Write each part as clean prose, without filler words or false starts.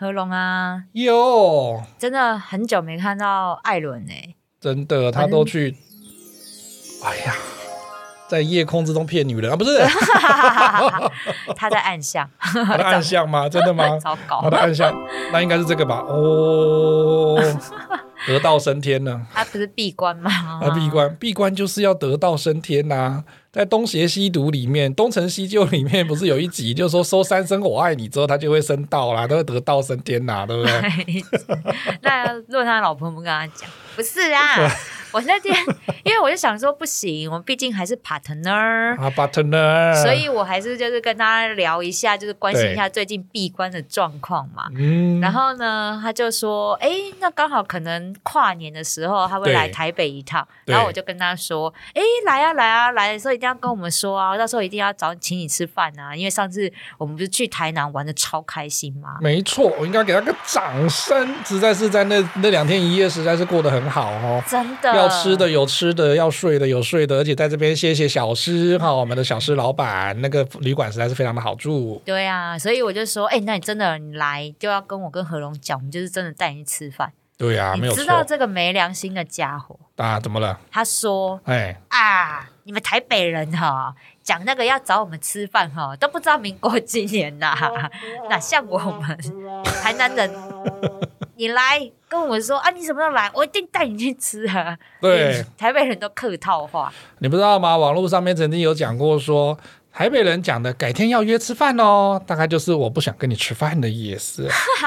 何龙啊， 哟， 真的很久没看到艾伦真的他都去，哎呀，在夜空之中骗女人啊，不是他在暗巷， 他的暗巷吗？真的吗？ 糟糕， 他的暗巷那应该是这个吧？哦，得道升天了。 他不是闭关吗？ 闭关就是要得道升天呐、在东邪西毒里面，东成西就里面不是有一集，就是说收三生我爱你之后，他就会升道啦，都会得道升天啦，对不对？ 那如果他老婆不跟他讲，不是啊，我那天因为我就想说不行，我们毕竟还是 partner 啊 partner， 所以我还是就是跟他聊一下，就是关心一下最近闭关的状况嘛。然后呢，他就说，那刚好可能跨年的时候他会来台北一趟，然后我就跟他说，来啊来啊来的时候一定要跟我们说啊，到时候一定要请你吃饭啊，因为上次我们不是去台南玩的超开心吗？ 没错，我应该给他个掌声，实在是在那2天1夜实在是过得很好哦， 真的， 要吃的有吃的，要睡的有睡的，而且在这边谢谢小诗哈，我们的小诗老板，那个旅馆实在是非常的好住。 对啊，所以我就说，那你真的你来就要跟我跟何龙讲，我们就是真的带你去吃饭。 对啊，没有错。 你知道这个没良心的家伙啊？怎么了？ 他说，你们台北人讲那个要找我们吃饭都不知道民国几年哪像我们台南人你来跟我们说你什么时候来，我一定带你去吃啊。 对， 台北人都客套话， 你不知道吗？网络上面曾经有讲过说，台北人讲的改天要约吃饭哦，大概就是我不想跟你吃饭的意思。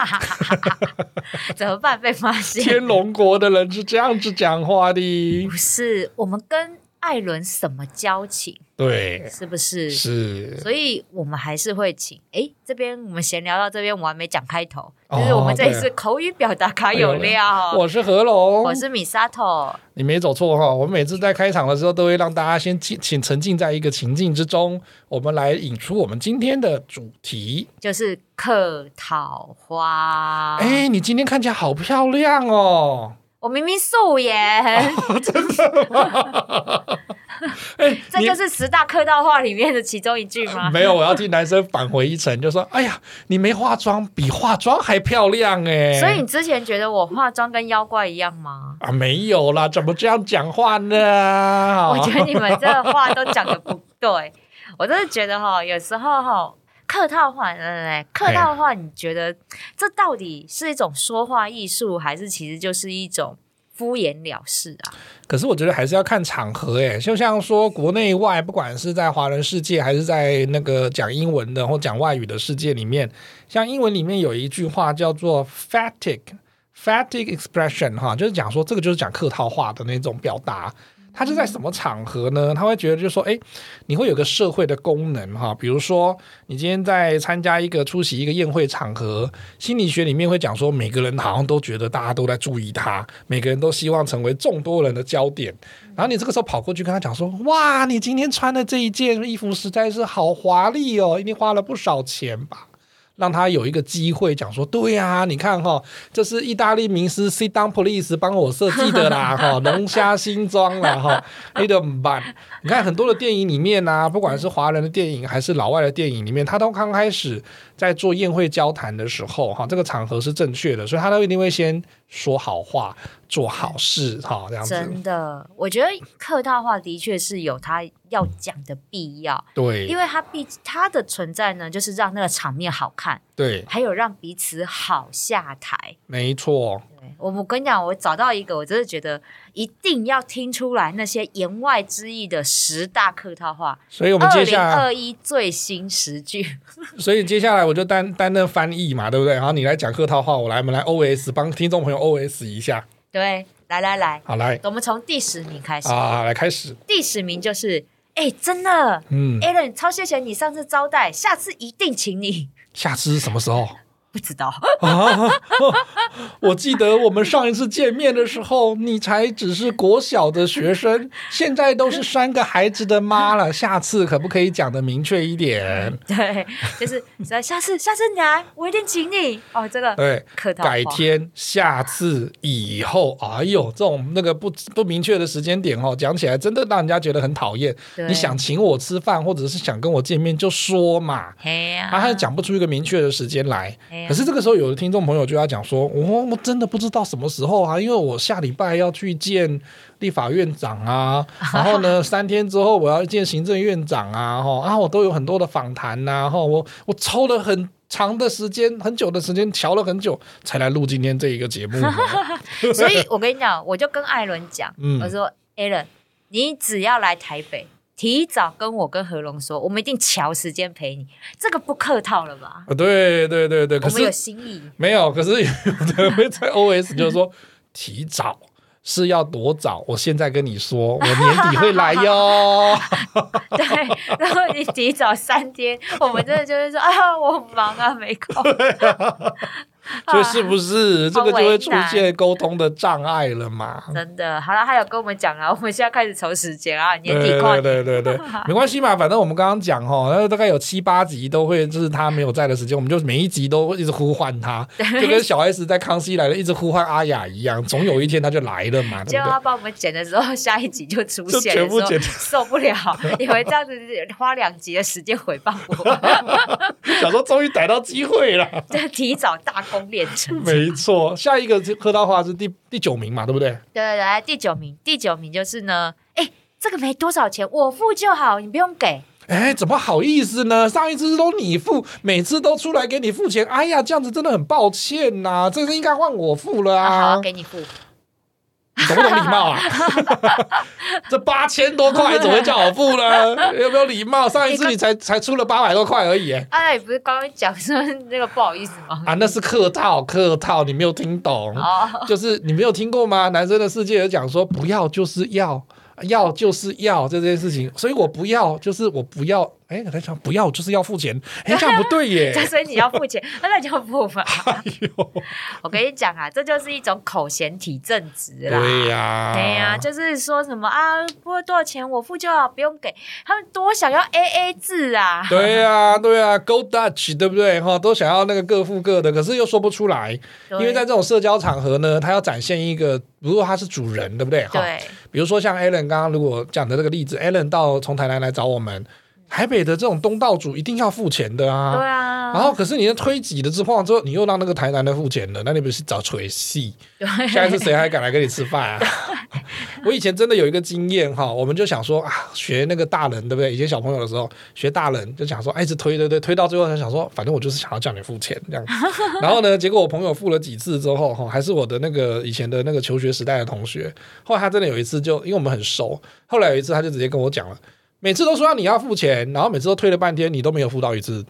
怎么办？被发现？ 天龙国的人是这样子讲话的。 不是，我们跟艾伦什么交情？ 对， 是不是？ 是， 所以我们还是会请。这边我们闲聊到这边，我还没讲开头，就是我们这一次口语表达卡有料。 我是何龙， 我是米沙头。 你没走错哈，我们每次在开场的时候都会让大家先请沉浸在一个情境之中，我们来引出我们今天的主题， 就是客套话。 你今天看起来好漂亮哦。 我明明素颜真的吗？ 这就是10大客套话里面的其中一句吗？ 没有，我要替男生返回一层，就说哎呀，你没化妆比化妆还漂亮所以你之前觉得我化妆跟妖怪一样吗？ 没有啦，怎么这样讲话呢？ 我觉得你们这个话都讲得不对。我真的觉得有时候客套话，客套话，你觉得这到底是一种说话艺术，还是其实就是一种敷衍了事啊？ 可是我觉得还是要看场合就像说国内外，不管是在华人世界还是在那个讲英文的或讲外语的世界里面，像英文里面有一句话叫做 fatigue expression 就是讲说这个就是讲客套话的那种表达。他是在什么场合呢？他会觉得就是说你会有个社会的功能比如说你今天在出席一个宴会场合，心理学里面会讲说每个人好像都觉得大家都在注意他，每个人都希望成为众多人的焦点，然后你这个时候跑过去跟他讲说，哇，你今天穿的这一件衣服实在是好华丽哦，一定花了不少钱吧，让他有一个机会讲说，对啊，你看这是意大利名师 Sit Down Police 帮我设计的啦龙虾新装啦你都不办。你看很多的电影里面不管是华人的电影还是老外的电影里面，他都刚开始在做宴会交谈的时候这个场合是正确的，所以他都一定会先说好话做好事这样子。 真的，我觉得客套话的确是有他要讲的必要。 对， 因为他的存在呢，就是让那个场面好看， 对， 还有让彼此好下台。 没错。 我跟你讲，我找到一个，我真的觉得一定要听出来那些言外之意的10大客套话。 所以我们接下来 2021最新10句。 所以接下来我就担任翻译嘛，对不对？然后你来讲客套话，我们来 OS 帮听众朋友 OS 一下。 对，来， 好来， 我们从第10名开始来开始。 第10名就是真的Alan 超谢谢你上次招待，下次一定请你。 下次是什么时候？ 不知道我记得我们上一次见面的时候，你才只是国小的学生，现在都是3个孩子的妈了。下次可不可以讲得明确一点？ 对，就是下次你来，我一定请你。这个对， 客套话， 改天、下次、以后，哎呦，这种那个不明确的时间点讲起来真的让人家觉得很讨厌。你想请我吃饭，或者是想跟我见面，就说嘛。他还讲不出一个明确的时间来。 可是这个时候有的听众朋友就要讲说，我真的不知道什么时候啊，因为我下礼拜要去见立法院长啊，然后呢3天之后我要见行政院长啊，我都有很多的访谈啊，我抽了很长的时间，很久的时间，瞧了很久才来录今天这一个节目。 所以我跟你讲，我就跟艾伦讲，我说 Alan， 你只要来台北，提早跟我跟何龙说，我们一定瞧时间陪你，这个不客套了吧？ 对， 我们有心意。 没有，可是有的人会在 OS 就是说提早是要多早？我现在跟你说，我年底会来哟。 对，然后你提早3天，我们真的就会说我很忙啊，没空。 所以是不是这个就会出现沟通的障碍了嘛？ 真的。好了，还有跟我们讲啊，我们现在开始筹时间啊，年底跨年。 对，没关系嘛，反正我们刚刚讲大概有7、8集都会，就是他没有在的时间，我们就每一集都会一直呼唤他，就跟小 S 在康熙来了一直呼唤阿雅一样，总有一天他就来了嘛。 结果他帮我们剪的时候，下一集就出现了， 全部剪， 受不了，以为这样子花2集的时间回报我， 想说终于逮到机会了， 就提早大功练成。 没错，下一个喝到话是第9名嘛，对不对？ 对，来第9名，第9名就是呢，这个没多少钱，我付就好，你不用给。 怎么好意思呢？上一次都你付，每次都出来给你付钱，哎呀，这样子真的很抱歉呐，这个应该换我付了啊。 好，给你付。 你懂不懂礼貌啊？这8000多块怎么会叫我付呢？有没有礼貌？上一次你才出了800多块而已。 你不是刚刚讲说那个不好意思吗？ 那是客套，你没有听懂。就是你没有听过吗？男生的世界有讲说，不要就是要，要就是要这件事情，所以我不要就是我不要。我在想不要就是要付钱，这样不对耶。 所以你要付钱，那就付吧。我跟你讲啊，这就是一种口嫌体正直啦。 对呀， 就是说什么不过多少钱我付就好，不用给。他们多想要 AA 制啊。 对呀，Go Dutch， 对不对？都想要那个各付各的，可是又说不出来，因为在这种社交场合呢，他要展现一个，如果他是主人，对不对？ 对。 比如说像 Alan 刚刚如果讲的这个例子 ，Alan 从台南来找我们。台北的这种东道主一定要付钱的啊， 对啊。 然后可是你的推挤的之后，你又让那个台南的付钱了，那你不是找锤戏？现在是谁还敢来跟你吃饭啊？我以前真的有一个经验我们就想说学那个大人，对不对？以前小朋友的时候学大人就想说一直推到最后才想说，反正我就是想要叫你付钱这样。然后呢，结果我朋友付了几次之后还是我的那个以前的那个求学时代的同学，后来他真的有一次就因为我们很熟，后来有一次他就直接跟我讲了。每次都说你要付钱，然后每次都推了半天，你都没有付到一次，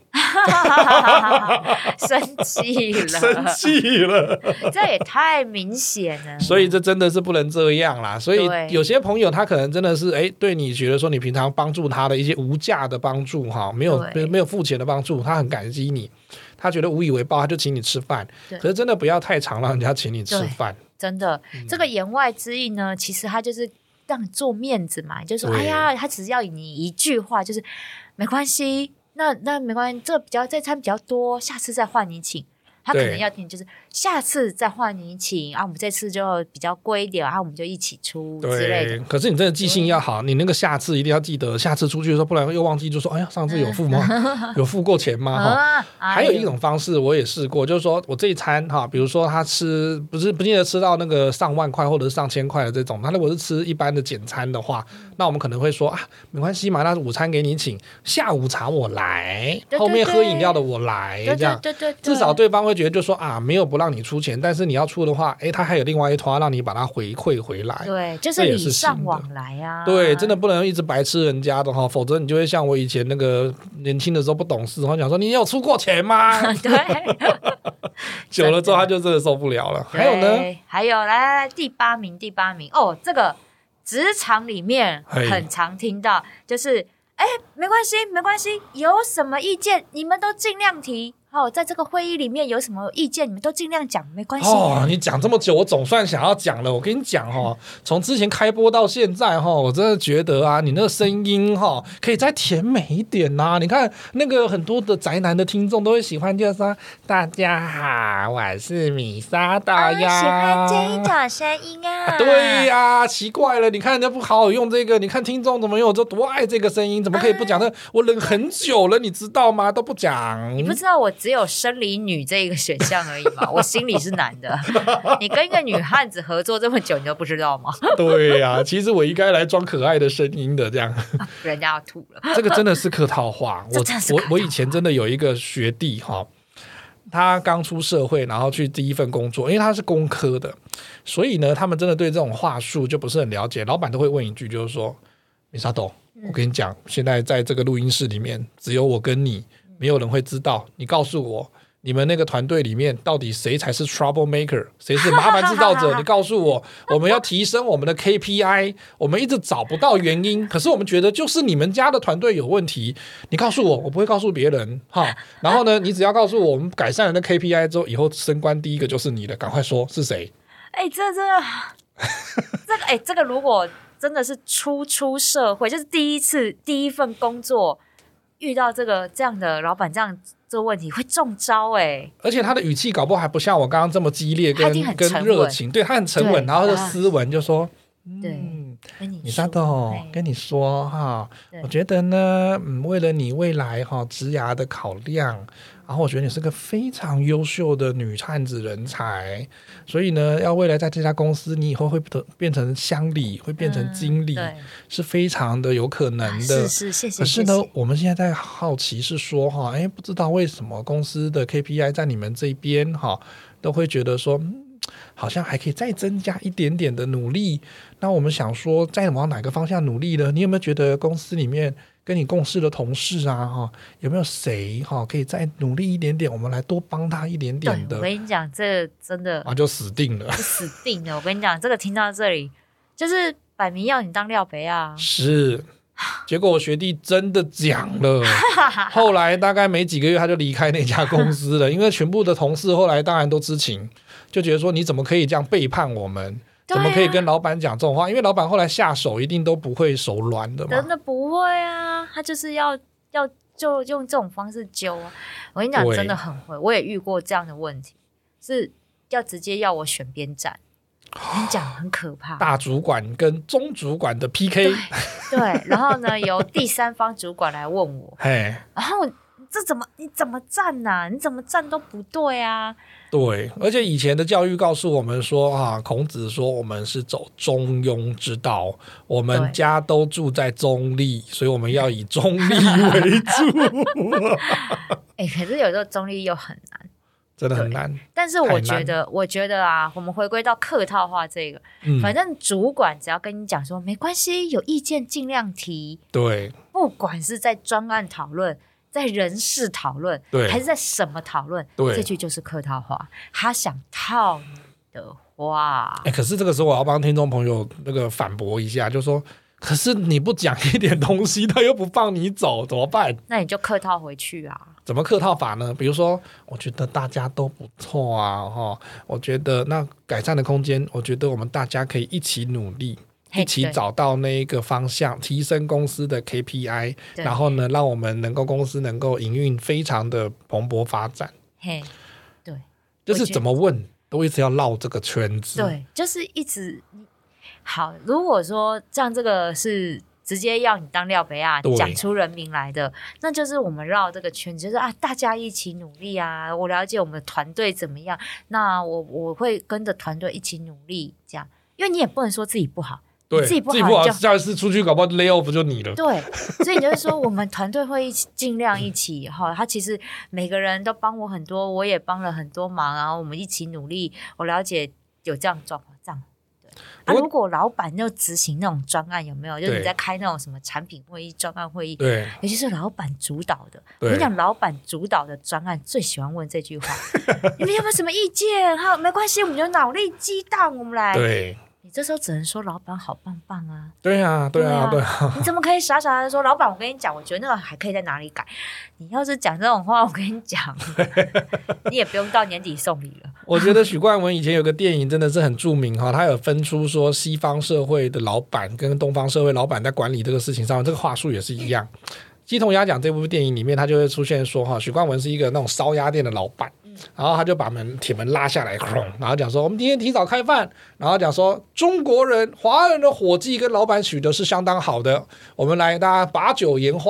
生气了，这也太明显了。 所以这真的是不能这样啦。所以有些朋友他可能真的是对你觉得说你平常帮助他的一些无价的帮助没有付钱的帮助，他很感激你，他觉得无以为报，他就请你吃饭。可是真的不要太常让人家请你吃饭。 真的，这个言外之意呢，其实他就是让你做面子嘛，就说他只是要你一句话，就是没关系，那没关系，这餐比较多，下次再换你请。他可能要听就是下次再换你请我们这次就比较贵一点我们就一起出之类的。 可是你真的记性要好，你那个下次一定要记得，下次出去的时候，不然又忘记就说上次有付吗？有付过钱吗？还有一种方式我也试过，就是说我这一餐比如说他吃不见得吃到那个上万块或者是上千块的这种，他如果是吃一般的简餐的话，那我们可能会说没关系嘛，那午餐给你请，下午茶我来，后面喝饮料的我来，这样至少对方会觉得就说没有不让你出钱，但是你要出的话他还有另外一团让你把它回馈回来。 对，就是礼尚往来啊。 对，真的不能一直白吃人家的否则你就会像我以前那个年轻的时候不懂事，然后讲说你有出过钱吗？ 对。 久了之后他就真的受不了了。还有呢？ 还有来第八名这个职场里面很常听到，就是没关系，有什么意见你们都尽量提。在这个会议里面有什么意见你们都尽量讲，没关系。 你讲这么久我总算想要讲了。我跟你讲从之前开播到现在我真的觉得你那个声音可以再甜美一点啊。你看那个很多的宅男的听众都会喜欢，就是说大家好，我是米莎导呀。 喜欢这一种声音啊。 对呀，奇怪了，你看人家不好好用这个，你看听众怎么有多爱这个声音，怎么可以不讲呢？我忍很久了，你知道吗？都不讲。 你不知道我只有生理女这一个选项而已嘛，我心里是男的。你跟一个女汉子合作这么久，你都不知道吗？ 对呀，其实我应该来装可爱的声音的这样。 人家要吐了。 这个真的是客套话。我以前真的有一个学弟哈，他刚出社会，然后去第一份工作，因为他是工科的，所以呢，他们真的对这种话术就不是很了解。老板都会问一句，就是说：“Misato，我跟你讲，现在在这个录音室里面，只有我跟你，没有人会知道。你告诉我，你们那个团队里面到底谁才是 trouble maker， 谁是麻烦制造者？你告诉我，我们要提升我们的 KPI， 我们一直找不到原因，可是我们觉得就是你们家的团队有问题。你告诉我，我不会告诉别人哈。然后呢，你只要告诉我，我们改善了那 KPI 之后，以后升官第一个就是你的，赶快说是谁？ 这个如果真的是出社会，就是第一份工作遇到这样的老板这样做问题，会中招而且他的语气搞不好还不像我刚刚这么激烈跟热情，对，他很沉稳，然后就斯文就说，Misato，跟你说哈，我觉得呢，为了你未来职涯的考量，然后我觉得你是个非常优秀的女汉子人才，所以呢，要未来在这家公司，你以后会变成乡里，会变成经理，是非常的有可能的。 是，谢谢。 可是呢，我们现在在好奇是说不知道为什么公司的 KPI 在你们这边都会觉得说，好像还可以再增加一点点的努力。那我们想说，再往哪个方向努力呢？你有没有觉得公司里面跟你共事的同事啊，有没有谁可以再努力一点点，我们来多帮他一点点的？ 我跟你讲，这真的就死定了， 死定了！我跟你讲，这个听到这里，就是摆明要你当廖北啊！ 是，结果我学弟真的讲了，后来大概没几个月他就离开那家公司了，因为全部的同事后来当然都知情，就觉得说你怎么可以这样背叛我们？怎么可以跟老板讲这种话？因为老板后来下手一定都不会手软的嘛。真的不会啊，他就是要就用这种方式揪啊。我跟你讲，真的很会，我也遇过这样的问题，是要直接要我选边站。我跟你讲，很可怕。 大主管跟中主管的 PK， 对，然后呢，由第三方主管来问我，然后你怎么站啊？你怎么站都不对啊。 对，而且以前的教育告诉我们说孔子说我们是走中庸之道，我们家都住在中立，所以我们要以中立为主。 可是有时候中立又很难， 真的很难。 但是我觉得啊，我们回归到客套话这个，反正主管只要跟你讲说没关系，有意见尽量提。 对， 不管是在专案讨论，在人事讨论，还是在什么讨论，这句就是客套话，他想套你的话。 可是这个时候我要帮听众朋友那个反驳一下，就说可是你不讲一点东西，他又不放你走，怎么办？ 那你就客套回去啊。 怎么客套法呢？比如说我觉得大家都不错啊，我觉得那改善的空间，我觉得我们大家可以一起努力，一起找到那一个方向，提升公司的 KPI， 然后呢，让我们公司能够营运非常的蓬勃发展。 对， 就是怎么问都一直要绕这个圈子。 对，就是一直好。如果说像这个是直接要你当廖北亚讲出人名来的，那就是我们绕这个圈子，就是大家一起努力啊！我了解我们的团队怎么样，那我会跟着团队一起努力，这样，因为你也不能说自己不好。 对， 自己不好， 下次出去搞不好 lay off 就你了。 对，所以你就是说，我们团队会尽量一起他其实每个人都帮我很多，我也帮了很多忙，然后我们一起努力。我了解有这样状况，这样对。如果老板就执行那种专案，有没有？就是你在开那种什么产品会议、专案会议， 对， 尤其是老板主导的。我跟你讲，老板主导的专案最喜欢问这句话：你们有没有什么意见？好，没关系，我们就脑力激荡，我们来。 对。 你这时候只能说老板好棒棒啊！ 对啊， 你怎么可以傻傻的说老板？我跟你讲，我觉得那个还可以在哪里改。你要是讲这种话，我跟你讲，你也不用到年底送礼了。 我觉得许冠文以前有个电影真的是很著名他有分出说西方社会的老板跟东方社会老板在管理这个事情上，这个话术也是一样。鸡同鸭讲这部电影里面，他就会出现说许冠文是一个那种烧鸭店的老板。然后他就把铁门拉下来，然后讲说我们今天提早开饭，然后讲说中国人华人的伙计跟老板取得是相当好的，我们来大家把酒言欢，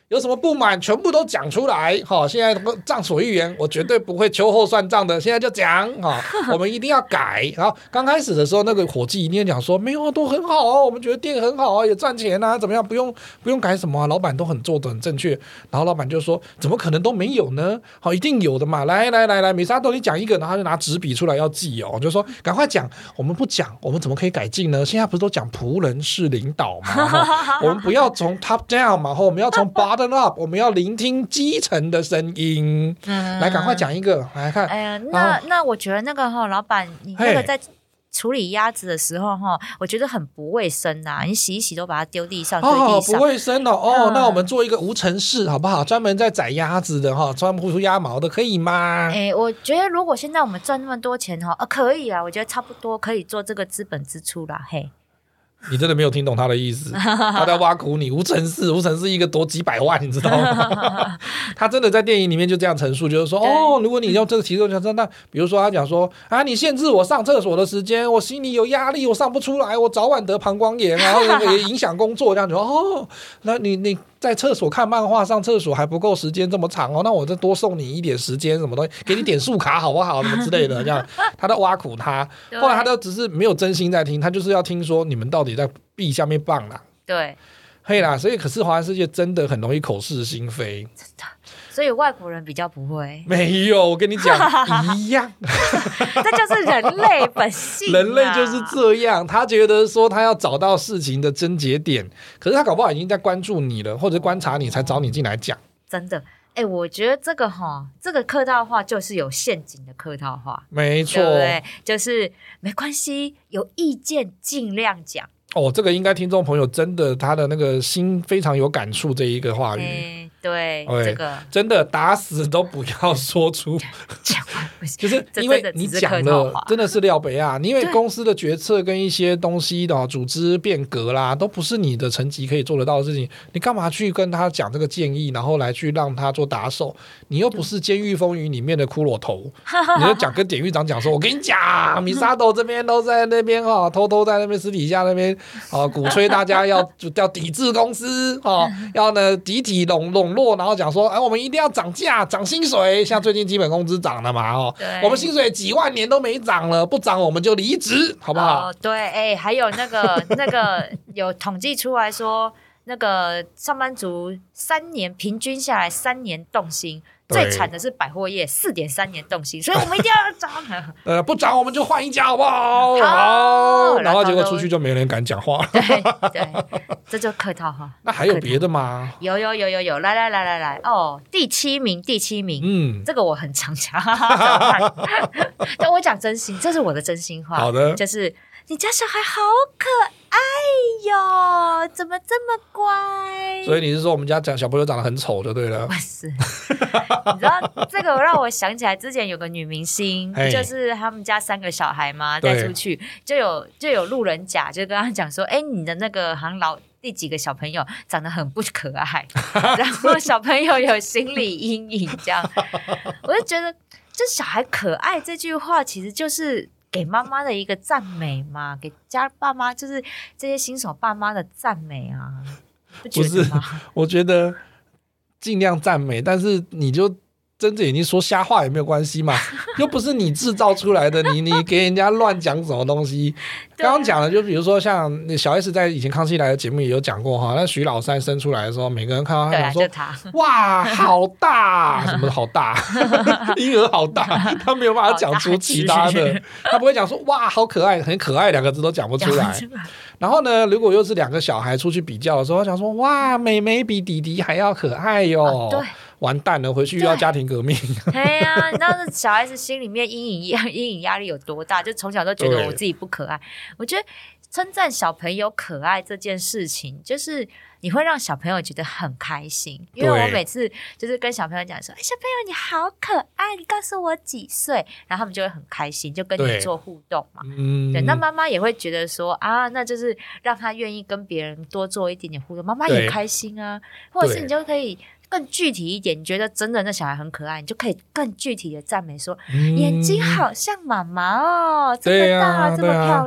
有什么不满全部都讲出来，现在畅所欲言，我绝对不会秋后算账的，现在就讲，我们一定要改。然后刚开始的时候，那个伙计一定讲说，没有都很好啊，我们觉得店很好啊，也赚钱啊，怎么样，不用改什么啊，老板都做得很正确。然后老板就说，怎么可能都没有呢？一定有的嘛，来，美沙豆你讲一个，然后他就拿纸笔出来要记哦，就说赶快讲，我们不讲，我们怎么可以改进呢？现在不是都讲仆人式领导吗？我们不要从 top down 嘛，我们要从 bottom up， 我们要聆听基层的声音。来，赶快讲一个来看。 那我觉得那个老板，你那个在处理鸭子的时候我觉得很不卫生啊！你洗一洗都把它丢地上， 不卫生哦。那我们做一个无尘室好不好？专门在宰鸭子的专门出鸭毛的，可以吗？ 我觉得如果现在我们赚那么多钱可以啊，我觉得差不多可以做这个资本支出啦。嘿。 你真的没有听懂他的意思，他在挖苦你。无尘室一个多几百万，你知道吗？他真的在电影里面就这样陈述，就是说，如果你用这个提出，那比如说他讲说啊，你限制我上厕所的时间，我心里有压力，我上不出来，我早晚得膀胱炎，然后也影响工作，这样子那你在厕所看漫画上厕所还不够时间这么长那我再多送你一点时间，什么东西，给你点数卡好不好？什么之类的，这样他在挖苦他。后来他都只是没有真心在听，他就是要听说你们到底在壁下面棒啦。 对， 嘿啦，所以可是华人世界真的很容易口是心非， 真的。所以外国人比较不会。 没有，我跟你讲一样， 这就是人类本性人类就是这样，他觉得说他要找到事情的症结点，可是他搞不好已经在关注你了，或者观察你才找你进来讲。 真的。我觉得这个客套话就是有陷阱的客套话， 没错， 对不对？就是没关系，有意见尽量讲。 这个应该听众朋友真的他的那个心非常有感触，这一个话语。 对，这个真的打死都不要说出就是因为你讲了真的是廖北啊，因为公司的决策跟一些东西的组织变革啦，都不是你的层级可以做得到的事情，你干嘛去跟他讲这个建议，然后来去让他做打手？你又不是监狱风云里面的骷髅头，你就讲跟典狱长讲说，我跟你讲，米沙斗这边都在那边偷偷在那边私底下那边鼓吹大家要抵制公司要呢集体笼络，然后讲说我们一定要涨价涨薪水，像最近基本工资涨了嘛我们薪水几万年都没涨了，不涨我们就离职，好不好？ 对，还有那个有统计出来说，那个上班族3年平均下来3年动薪，最惨的是百货业4.3年动薪，所以我们一定要涨。 不涨我们就换一家好不好？好，然后结果出去就没人敢讲话。 对，这就客套话。 那还有别的吗？ 有，来第七名，这个我很常讲。但我讲真心，这是我的真心话。 好的， 就是你家小孩好可爱哟，怎么这么乖？ 所以你是说我们家小朋友长得很丑就对了？ 不是，你知道这个让我想起来之前有个女明星，就是他们家3个小孩嘛，带出去就有路人甲就跟他讲说，你的那个好像第几个小朋友长得很不可爱，然后小朋友有心理阴影这样。我就觉得这小孩可爱这句话其实就是给妈妈的一个赞美嘛，给家爸妈就是这些新手爸妈的赞美啊，不是？ 我觉得尽量赞美，但是你就睁着眼睛说瞎话也没有关系嘛，又不是你制造出来的，你给人家乱讲什么东西？刚刚讲的就比如说像小 S 在以前康熙来的节目也有讲过那徐老三生出来的时候，每个人看到他说哇好大，什么好大，婴儿好大，他没有办法讲出其他的，他不会讲说哇好可爱，很可爱2个字都讲不出来。然后呢，如果又是2个小孩出去比较的时候，他讲说哇妹妹比弟弟还要可爱哟，对。完蛋了，回去又要家庭革命。 对啊，你知道小孩子心里面阴影压力有多大？就从小都觉得我自己不可爱。我觉得称赞小朋友可爱这件事情，就是你会让小朋友觉得很开心。因为我每次就是跟小朋友讲说，小朋友你好可爱，你告诉我几岁，然后他们就会很开心，就跟你做互动嘛。对，那妈妈也会觉得说那就是让他愿意跟别人多做一点点互动，妈妈也开心啊。或者是你就可以更具体一点，你觉得真的那小孩很可爱，你就可以更具体的赞美说，眼睛好像妈妈这么大这么漂亮。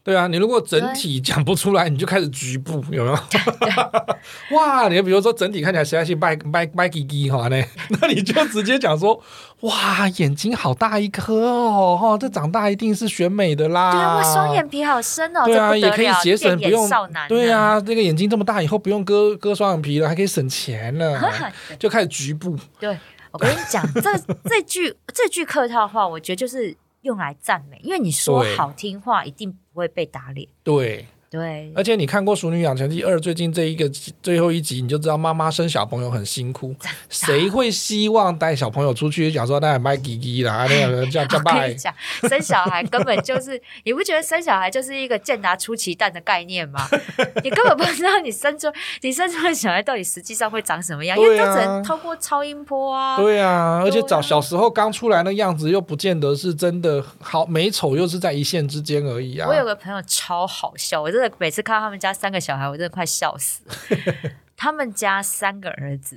对啊，你如果整体讲不出来，你就开始局部，有没有？哇，你比如说整体看起来实在是掰鸡鸡哈呢，那你就直接讲说，哇，眼睛好大一颗哦，这长大一定是选美的啦。 对啊，哇，双眼皮好深哦。 对啊，也可以节省，不用对啊，这个眼睛这么大，以后不用割双眼皮了，还可以省钱了，就开始局部。 对，我跟你讲，这句客套话，我觉得就是用来赞美，因为你说好听话，一定不会被打脸。对， 而且你看过《熟女养成记2》最近最后一集，你就知道妈妈生小朋友很辛苦，谁会希望带小朋友出去讲说那卖鸡鸡啦，那个叫我跟你讲，生小孩根本就是你不觉得生小孩就是一个健达出奇蛋的概念吗？你根本不知道你生出的小孩到底实际上会长什么样，因为都只能透过超音波啊。 对啊，而且小时候刚出来那样子又不见得是真的好，美丑又是在一线之间而已啊。 我有个朋友超好笑，我真的每次看到他们家3个小孩，我真的快笑死了。他们家3个儿子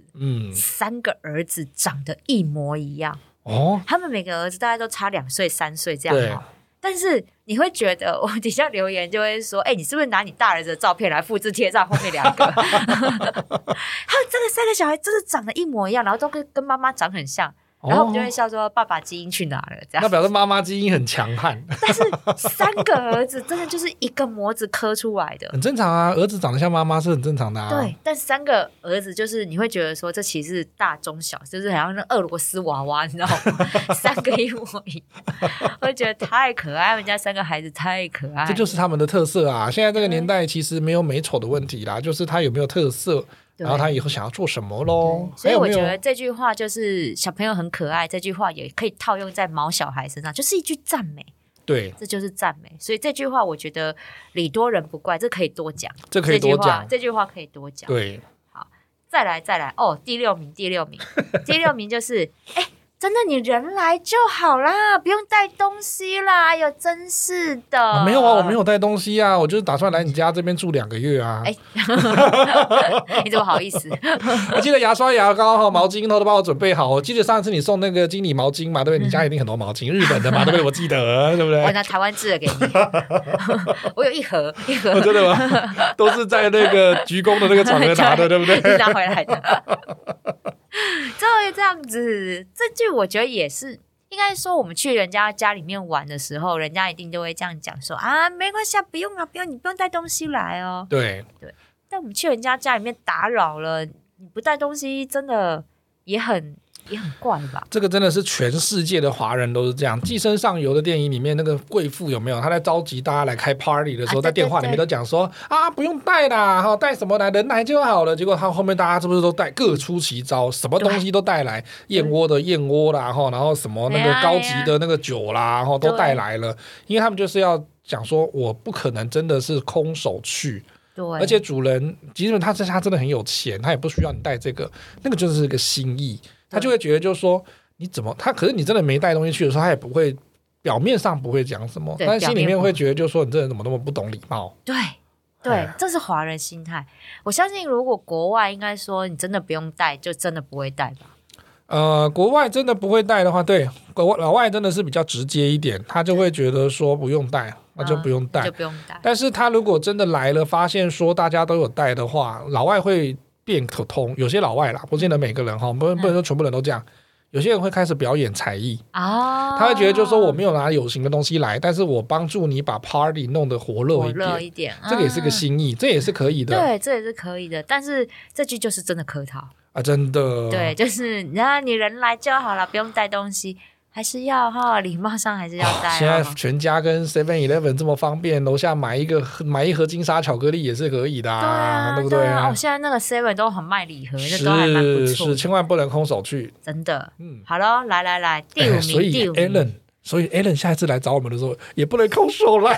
，3个儿子长得一模一样哦。他们每个儿子大概都差2岁3岁这样好，但是你会觉得，我底下留言就会说，你是不是拿你大儿子的照片来复制贴上后面2个？他们这个3个小孩真的长得一模一样，然后都跟妈妈长很像。然后我们就会笑说爸爸基因去哪了这样。 那表示妈妈基因很强悍。 但是3个儿子真的就是一个模子刻出来的， 很正常啊，儿子长得像妈妈是很正常的啊。 对，但3个儿子就是你会觉得说这其实是大中小，就是好像那俄罗斯娃娃，你知道吗？3个一模一样，我觉得太可爱，他们家3个孩子太可爱， 这就是他们的特色啊。现在这个年代其实没有美丑的问题啦，就是他有没有特色。然后他以后想要做什么咯。 所以我觉得这句话就是小朋友很可爱，这句话也可以套用在毛小孩身上，就是一句赞美。 对， 这就是赞美。所以这句话我觉得礼多人不怪，这可以多讲， 这可以多讲， 这句话可以多讲。 对， 好，再来哦，第六名第六名就是真的你人来就好啦，不用带东西啦。哎呦，真是的。 没有啊，我没有带东西啊，我就是打算来你家这边住2个月啊。 你怎么好意思？ 我记得牙刷、牙膏、毛巾都帮我准备好。我记得上次你送那个经理毛巾嘛，对不对？你家一定很多毛巾，日本的嘛，对不对？我记得，对不对？ 我拿台湾制的给你，我有一盒。 真的吗？都是在那个鞠躬的那个场合拿的，对不对？ 拿回来的。这样子，这句我觉得也是应该说，我们去人家家里面玩的时候，人家一定都会这样讲说啊，没关系啊，不用啊，不用，你不用带东西来哦。 对。 但我们去人家家里面打扰了，你不带东西，真的也很怪吧？ 这个真的是全世界的华人都是这样。寄生上游的电影里面那个贵妇有没有？他在召集大家来开 party 的时候，在电话里面都讲说啊，不用带啦，带什么来，人来就好了。结果他后面大家是不是都带，各出奇招，什么东西都带来，燕窝的燕窝啦，然后什么那个高级的那个酒啦，都带来了，因为他们就是要讲说，我不可能真的是空手去。对，而且主人即使他真的很有钱，他也不需要你带这个，那个就是个心意。他就会觉得就是说你怎么可是你真的没带东西去的时候，他也不会表面上不会讲什么，但心里面会觉得就是说你这人怎么那么不懂礼貌。 对，这是华人心态。我相信如果国外应该说你真的不用带，就真的不会带吧。 国外真的不会带的话，对，老外真的是比较直接一点，他就会觉得说不用带，那就不用带，但是他如果真的来了，发现说大家都有带的话，老外会变可通。有些老外啦，不见得每个人不能说全部人都这样。有些人会开始表演才艺他会觉得就是说我没有拿有形的东西来，但是我帮助你把 party 弄得活络一点，这个也是个心意，这也是可以的。 对，这也是可以的。但是这句就是真的客套啊，真的。 对，就是你人来就好了，不用带东西。还是要礼貌上还是要带。 现在全家跟 7-Eleven 这么方便，楼下买一盒金沙巧克力也是可以的对不对啊？ 现在那个 7 都很卖礼盒，那都还蛮不错。 是，千万不能空手去， 真的。好了，来，第5名， 所以 Alan 下一次来找我们的时候，也不能空手来。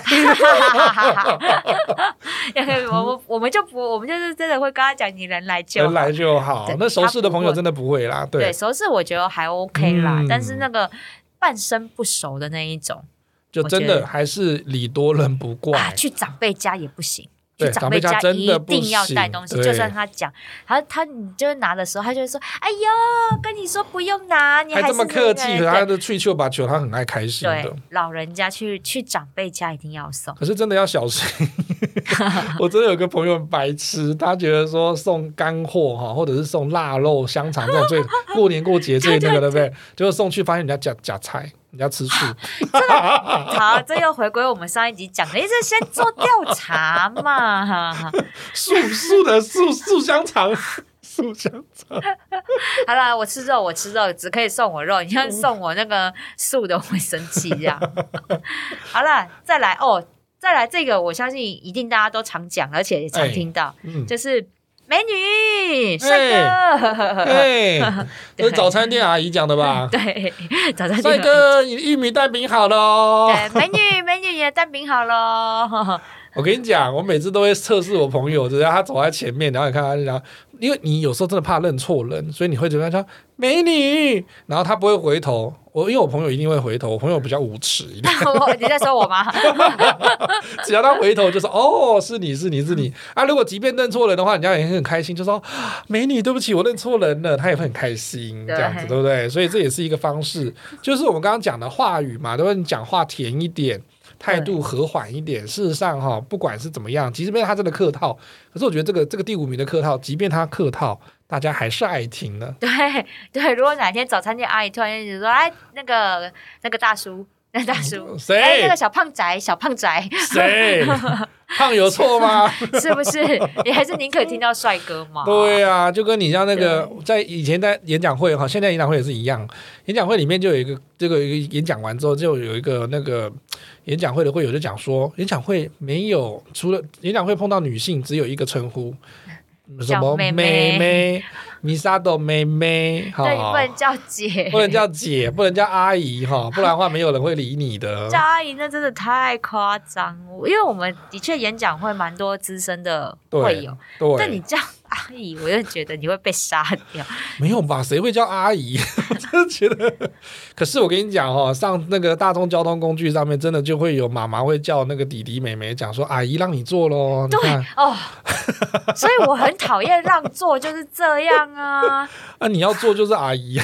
我们就是真的会跟他讲，你人来就好。那熟识的朋友真的不会啦。对， 熟识我觉得还 OK 啦，但是那个半生不熟的那一种， 就真的还是礼多人不怪。 去长辈家也不行去长辈家一定要带东西，就算他讲，你就是拿的时候，他就会说：“哎呦，跟你说不用拿，你还这么客气。”他的吹球把球，他很爱开心的。 对，老人家去长辈家一定要送， 可是真的要小心。我真的有个朋友很白痴，他觉得说送干货或者是送腊肉、香肠这种最过年过节最那个，对不对？结果送去发现人家假菜。人家吃素。 好，这又回归我们上一集讲的，一直先做调查嘛。 素香肠。素香肠。 好啦，我吃肉，只可以送我肉，你要送我那个素的，我会生气这样。好啦，再来这个，我相信一定大家都常讲，而且也常听到，就是美女帅哥， 这是早餐店阿姨讲的吧？ 对，早餐店帅哥，你的玉米蛋饼好了哦。 对，美女，你的蛋饼好了。 我跟你讲，我每次都会测试我朋友，只要他走在前面，然后你看他，然后因为你有时候真的怕认错人，所以你会怎么样说美女，然后他不会回头。因为我朋友一定会回头，我朋友比较无耻一点。 你在说我吗？ 只要他回头就说哦，是你啊。如果即便认错人的话，人家也很开心，就说美女，对不起，我认错人了，他也会很开心，这样子对不对？所以这也是一个方式，就是我们刚刚讲的话语嘛，对不对？你讲话甜一点，态度和缓一点。事实上不管是怎么样，即便他真的客套，可是我觉得这个第5名的客套，即便他客套，大家还是爱听的。 对，如果哪天早餐店阿姨突然间说：“哎，那个大叔， 谁？ 哎，那个小胖宅， 谁？胖有错吗？ 是不是？你还是宁可听到帅哥吗？ 对啊，就跟你像那个在以前在演讲会现在演讲会也是一样，演讲会里面就有一个演讲完之后，就有一个那个演讲会的会友就讲说，演讲会没有除了演讲会碰到女性只有一个称呼。什么妹妹米莎朵妹妹， 对，不能叫姐， 不能叫阿姨不然的话没有人会理你的。 叫阿姨那真的太夸张，因为我们的确演讲会蛮多资深的会友，但你叫阿姨，我就觉得你会被杀掉。 没有吧？谁会叫阿姨？我真的觉得。可是我跟你讲上那个大众交通工具上面，真的就会有妈妈会叫那个弟弟妹妹讲说：“阿姨让你坐咯。” 对哦，所以我很讨厌让座，就是这样啊。 你要坐就是阿姨啊。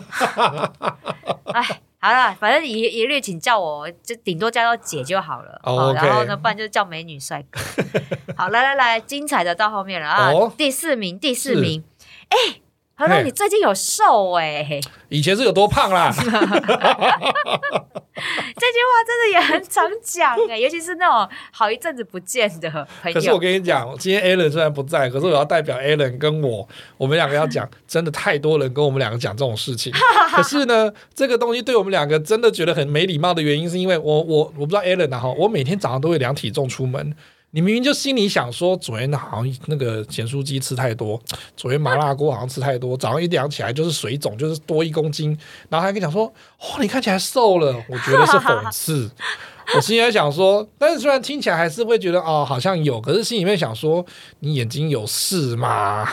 哎。好了，反正一律请叫我，就顶多叫到姐就好了。 Okay. 然后呢，不然就叫美女帅哥。好，来，精彩的到后面了啊！第四名，哎，好了，你最近有瘦以前是有多胖啦？ 这句话真的也很常讲尤其是那种好一阵子不见的朋友。 可是我跟你讲，今天 Alan 虽然不在，可是我要代表 Alan 跟我们两个要讲，真的太多人跟我们两个讲这种事情。可是呢，这个东西对我们两个真的觉得很没礼貌的原因，是因为我不知道 Alan 我每天早上都会量体重出门。你明明就心里想说，昨天好像那个咸酥鸡吃太多，昨天麻辣锅好像吃太多，早上一量起来就是水肿，就是多1公斤，然后还跟你讲说，你看起来瘦了，我觉得是讽刺。我心里在想说，但是虽然听起来还是会觉得好像有，可是心里面想说，你眼睛有事吗？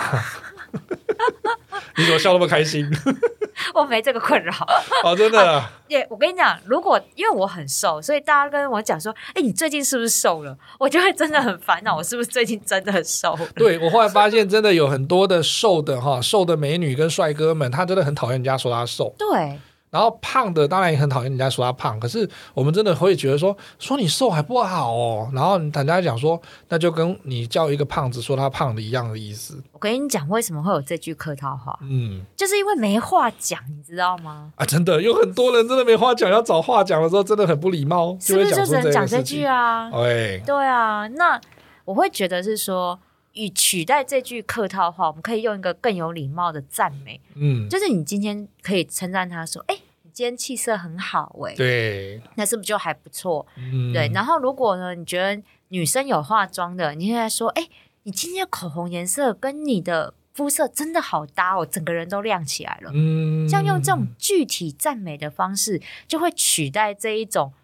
你怎么笑那么开心？ 我没这个困扰真的我跟你讲，如果因为我很瘦，所以大家跟我讲说你最近是不是瘦了，我就会真的很烦恼，我是不是最近真的很瘦了。 对，我后来发现真的有很多的瘦的美女跟帅哥们，他真的很讨厌人家说他瘦。 对， 然后胖的当然也很讨厌人家说他胖，可是我们真的会觉得说你瘦还不好然后大家讲说，那就跟你叫一个胖子说他胖的一样的意思。 我跟你讲为什么会有这句客套话，就是因为没话讲，你知道吗？ 真的有很多人真的没话讲，要找话讲的时候真的很不礼貌， 是不是就只能讲这句啊？对啊，那我会觉得是说，与取代这句客套话，我们可以用一个更有礼貌的赞美，就是你今天可以称赞他说，你今天气色很好对， 那是不是就还不错？对。然后如果呢，你觉得女生有化妆的，你现在说，你今天的口红颜色跟你的肤色真的好搭整个人都亮起来了。这样用这种具体赞美的方式，就会取代这一种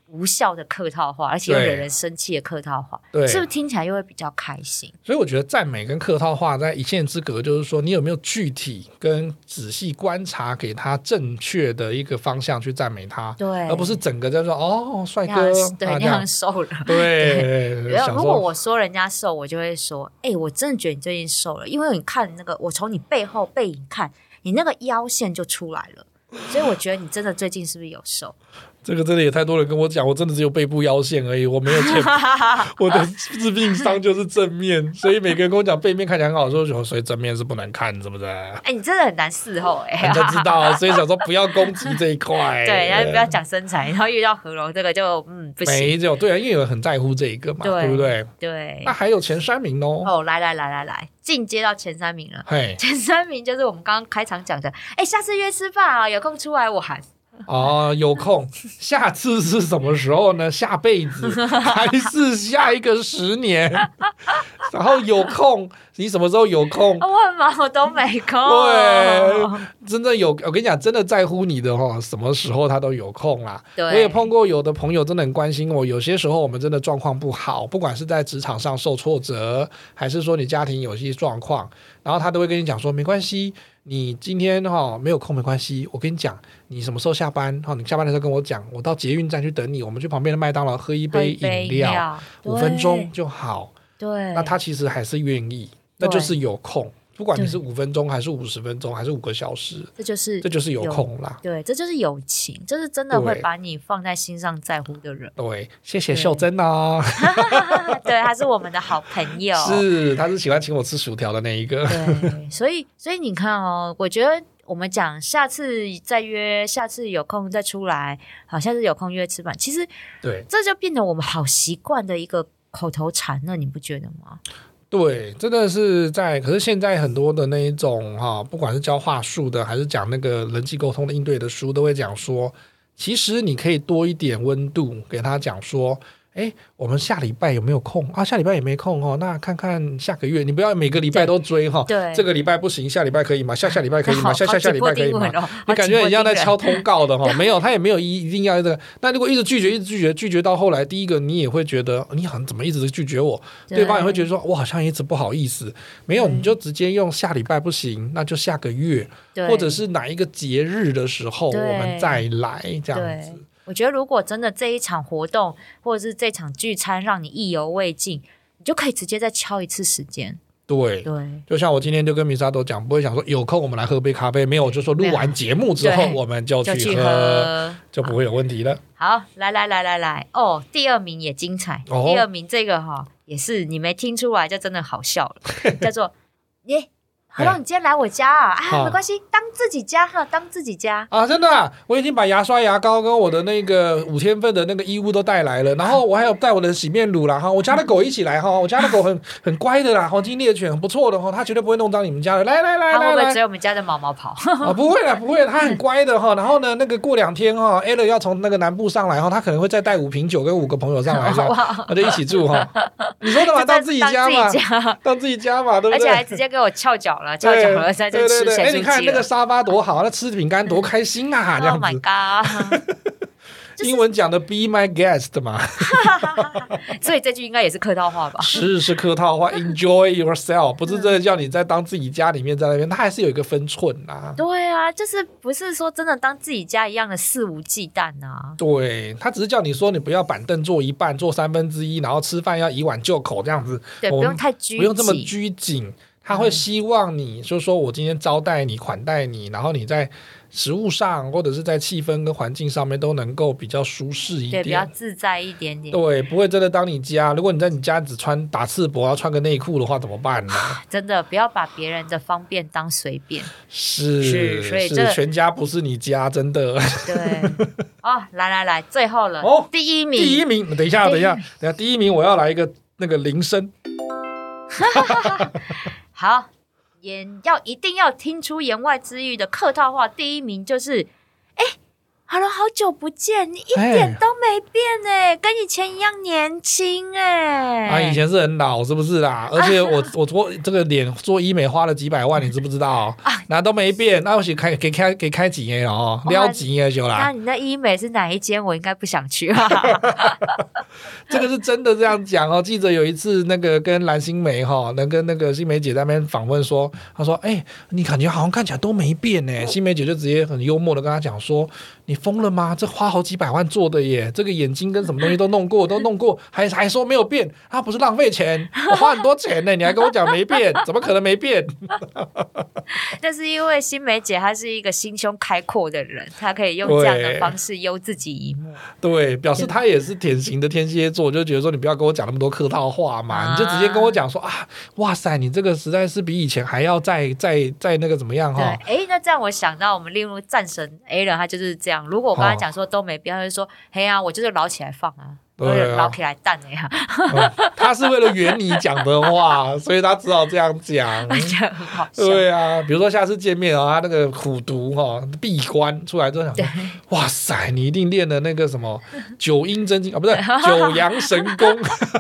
无效的客套话，而且又惹人生气的客套话， 对， 是不是听起来又会比较开心？ 所以我觉得赞美跟客套话在一线之隔，就是说你有没有具体跟仔细观察，给他正确的一个方向去赞美他， 对， 而不是整个在说哦帅哥， 对，那样瘦了， 对。 如果我说人家瘦，我就会说，我真的觉得你最近瘦了，因为你看那个，我从你背后背影看，你那个腰线就出来了，所以我觉得你真的最近是不是有瘦？ 这个真的也太多人跟我讲，我真的只有背部腰线而已，我没有前我的致命伤就是正面，所以每个人跟我讲背面看起来很好说，所以正面是不能看，是不是？ 你真的很难伺候人家知道，所以想说不要攻击这一块， 对，然后不要讲身材，然后遇到合龙这个就不行。 没有，对啊，因为有人很在乎这一个嘛，对不对？ 对。 那还有前3名哦。 来，进阶到前3名了。前3名就是我们刚刚开场讲的，下次约吃饭啊，有空出来我喊。 有空，下次是什么时候呢？下辈子还是下一个10年？然后有空，你什么时候有空？ 我很忙，我都没空。 对，真的有，我跟你讲，真的在乎你的什么时候他都有空啦。我也碰过有的朋友真的很关心我，有些时候我们真的状况不好，不管是在职场上受挫折，还是说你家庭有些状况，然后他都会跟你讲说，没关系。你今天没有空没关系，我跟你讲，你什么时候下班？你下班的时候跟我讲，我到捷运站去等你，我们去旁边的麦当劳喝一杯饮料，5分钟就好。 对， 那他其实还是愿意，那就是有空。不管你是5分钟还是50分钟还是5个小时，这就是有空啦。 对，这就是友情，这是真的会把你放在心上在乎的人。 对，谢谢秀珍哦。 对，他是我们的好朋友。 是，他是喜欢请我吃薯条的那一个。 对，所以你看哦，我觉得我们讲下次再约，下次有空再出来，好，下次有空约吃饭，其实对， 这就变成我们好习惯的一个口头禅了，你不觉得吗？ 对，真的是可是现在很多的那一种不管是教话术的，还是讲那个人际沟通的应对的书，都会讲说，其实你可以多一点温度给他讲说，我们下礼拜有没有空啊？下礼拜也没空那看看下个月，你不要每个礼拜都追对， 这个礼拜不行，下礼拜可以吗？下下礼拜可以吗？下下礼拜可以吗？你感觉很像在敲通告的没有，他也没有一定要这个。那如果一直拒绝到后来，第一个你也会觉得你好像怎么一直拒绝我，对方也会觉得说我好像一直不好意思。没有，你就直接用下礼拜不行，那就下个月，或者是哪一个节日的时候我们再来这样子。 我觉得如果真的这一场活动或者是这场聚餐让你意犹未尽，你就可以直接再敲一次时间。 对，就像我今天就跟米莎都讲，不会想说有空我们来喝杯咖啡，没有，我就说录完节目之后我们就去喝，就不会有问题了。 好，来第2名也精彩。第2名这个也是你没听出来就真的好笑了，叫做何龙，你今天来我家没关系，当自己家当自己家啊！真的我已经把牙刷、牙膏跟我的那个5天份的那个衣物都带来了，然后我还有带我的洗面乳啦我家的狗一起来我家的狗很乖的啦，黄金猎犬很不错的它绝对不会弄脏你们家的。来， 它会不会追我们家的毛毛跑？ 不会啦，它很乖的然后呢，那个过2天Ella 要从那个南部上来它可能会再带5瓶酒跟5个朋友上来，我就一起住你说的嘛，当自己家嘛，当自己家嘛，对不对？ 而且还直接给我翘脚了，在这吃咸酥鸡。 你看那个沙发多好，那吃饼干多开心啊！这样子。 Oh my god！ 英文讲的 be my guest 嘛， 所以这句应该也是客套话吧？ 是客套话 ，enjoy yourself， 不是真的叫你在当自己家里面在那边，它还是有一个分寸啊。 对啊，就是不是说真的当自己家一样的肆无忌惮啊。 对，他只是叫你说你不要板凳坐一半，坐1/3，然后吃饭要以碗就口这样子。 对，不用太拘谨， 不用这么拘谨。他会希望你就是说我今天招待你款待你，然后你在食物上或者是在气氛跟环境上面都能够比较舒适一点， 对，比较自在一点点。 对，不会真的当你家，如果你在你家只穿打赤膊要穿个内裤的话怎么办呢？ 真的不要把别人的方便当随便。 是，所以全家不是你家，真的。 对来最后了第一名， 等一下第一名我要来一个那个铃声。 好，一定要听出言外之意的客套话，第一名就是 Hello， 好久不见，你一点都没变哎，跟以前一样年轻哎。 啊，以前是很老，是不是啦？而且我做这个脸做医美花了几百万，你知不知道？那都没变，那我是给开几年哦，撩几年就啦。 那你那医美是哪一间？我应该不想去啊。 这个是真的这样讲哦。记者有一次那个跟蓝心湄跟那个心湄姐在那边访问说，她说：“你感觉好像看起来都没变呢。”心湄姐就直接很幽默的跟她讲说：“你疯了吗？这花好几百万做的耶，这个眼睛跟什么东西都弄过，还说没有变，他不是浪费钱？我花很多钱呢，你还跟我讲没变，怎么可能没变？” 但是因为心湄姐她是一个心胸开阔的人，她可以用这样的方式悠自己一默。 对，表示她也是典型的天蝎座，就觉得说你不要跟我讲那么多客套话嘛，你就直接跟我讲说哇塞，你这个实在是比以前还要再那个怎么样哈？ 对，那这样我想到我们例如战神 A 人，他就是这样。如果我跟他讲说都没变，他就说嘿呀，我就是捞起来放啊。捞起来蛋呀、 他是为了圆你讲的话，所以他只好这样讲。 很好笑。 对啊，比如说下次见面他那个苦读闭关出来之后想说，哇塞，你一定练了那个什么九阴真经不是九阳神功。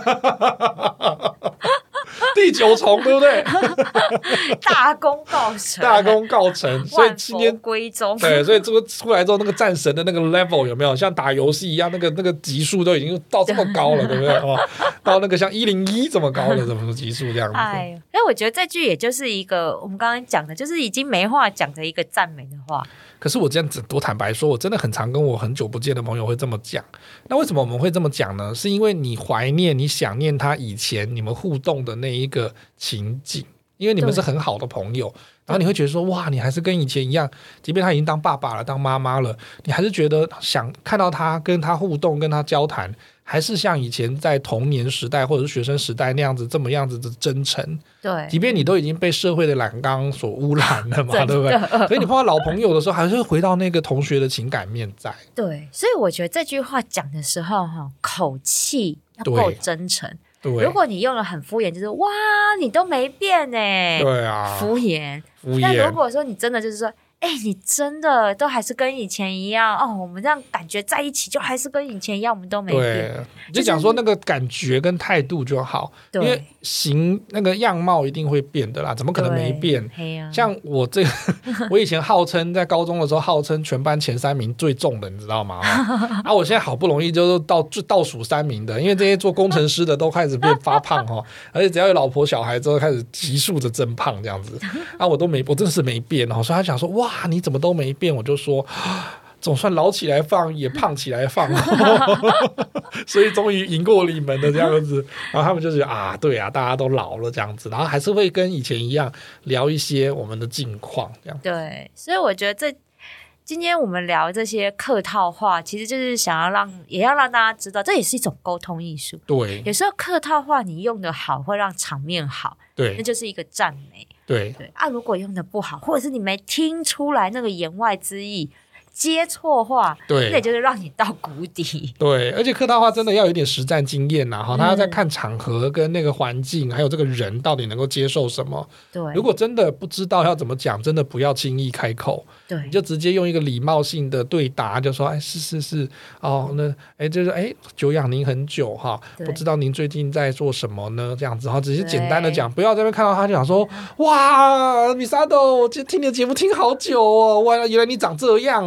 第九重对不对？ 大功告成， 所以今天归宗。 对，所以这个出来之后，那个战神的那个 level 有没有像打游戏一样，那个级数都已经到这么高了，对不对？到那个像101这么高的什么级数这样子。 我觉得这句也就是一个我们刚刚讲的，就是已经没话讲的一个赞美的话。 可是我这样子多坦白说，我真的很常跟我很久不见的朋友会这么讲。那为什么我们会这么讲呢？是因为你怀念、你想念他以前你们互动的那一个情景，因为你们是很好的朋友，然后你会觉得说，哇，你还是跟以前一样，即便他已经当爸爸了、当妈妈了，你还是觉得想看到他、跟他互动、跟他交谈，还是像以前在童年时代或者是学生时代那样子这么样子的真诚。 对， 即便你都已经被社会的染缸所污染了嘛，对不对？所以你碰到老朋友的时候，还是会回到那个同学的情感面在。 对，所以我觉得这句话讲的时候口气要够真诚。 对， 如果你用了很敷衍，就是哇，你都没变哎， 对啊， 敷衍。但如果说你真的就是说，你真的都还是跟以前一样我们这样感觉在一起就还是跟以前一样，我们都没变。 就讲说那个感觉跟态度就好，因为那个样貌一定会变的啦，怎么可能没变？像我这个，我以前号称在高中的时候号称全班前3名最重的，你知道吗？我现在好不容易就是倒数3名的，因为这些做工程师的都开始变发胖而且只要有老婆小孩之后开始急速的增胖这样子我真的是没变所以他讲说哇你怎么都没变，我就说总算老起来放也胖起来放所以终于赢过你们的这样子。然后他们就觉得对啊，大家都老了这样子，然后还是会跟以前一样聊一些我们的近况这样。 对，所以我觉得今天我们聊这些客套话，其实就是想要也要让大家知道，这也是一种沟通艺术。 对， 有时候客套话你用的好，会让场面好， 对， 那就是一个赞美。 对如果用的不好，或者是你没听出来那个言外之意，接错话， 对， 那也就是让你到谷底。 对，而且客套话真的要有点实战经验他要在看场合跟那个环境还有这个人到底能够接受什么。 对， 如果真的不知道要怎么讲，真的不要轻易开口。 对， 你就直接用一个礼貌性的对答，就说是那就是久仰您很久不知道您最近在做什么呢？这样子直接简单的讲，不要在那边看到他就讲说哇米沙豆，我听你的节目听好久哇原来你长这样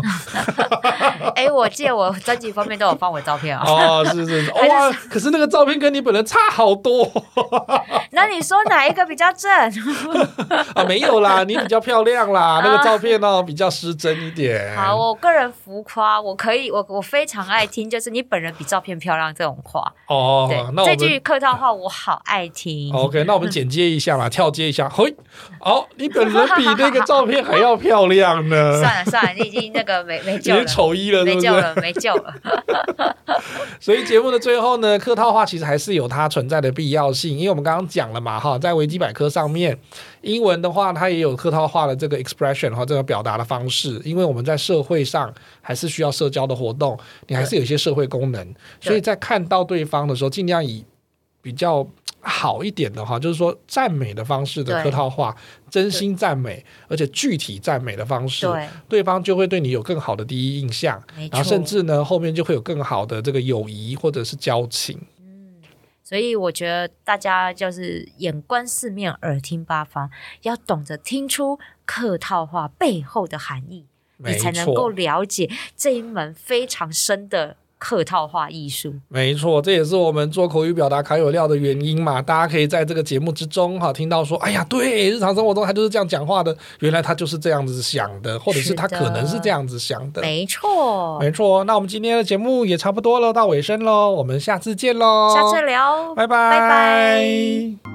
我记得我专辑封面都有放我照片是哇，可是那个照片跟你本人差好多那你说哪一个比较正没有啦，你比较漂亮啦那个照片比较失真一点。 好，我个人浮夸，我非常爱听，就是你本人比照片漂亮这种话那这句客套话我好爱听。 OK， 那我们剪接一下嘛，跳接一下。你本人比那个照片还要漂亮呢。 算了，你已经那个没救了， 已经丑一了， 没救了，没救了。 所以节目的最后呢，客套话其实还是有它存在的必要性，因为我们刚刚讲了嘛在维基百科上面，英文的话它也有客套话的这个 expression 这个表达的方式，因为我们在社会上还是需要社交的活动，你还是有一些社会功能，所以在看到对方的时候尽量以比比较好一点的话，就是说赞美的方式的客套话，真心赞美而且具体赞美的方式，对方就会对你有更好的第一印象，然后甚至呢后面就会有更好的这个友谊或者是交情。 所以我觉得大家就是眼观四面耳听八方，要懂得听出客套话背后的含义，你才能够了解这一门非常深的客套话艺术。 没错，这也是我们做口语表达卡有料的原因嘛。大家可以在这个节目之中听到说，哎呀，对，日常生活中他就是这样讲话的，原来他就是这样子想的，或者是他可能是这样子想的。 没错没错。那我们今天的节目也差不多了，到尾声咯，我们下次见咯， 下次聊， 拜拜拜拜。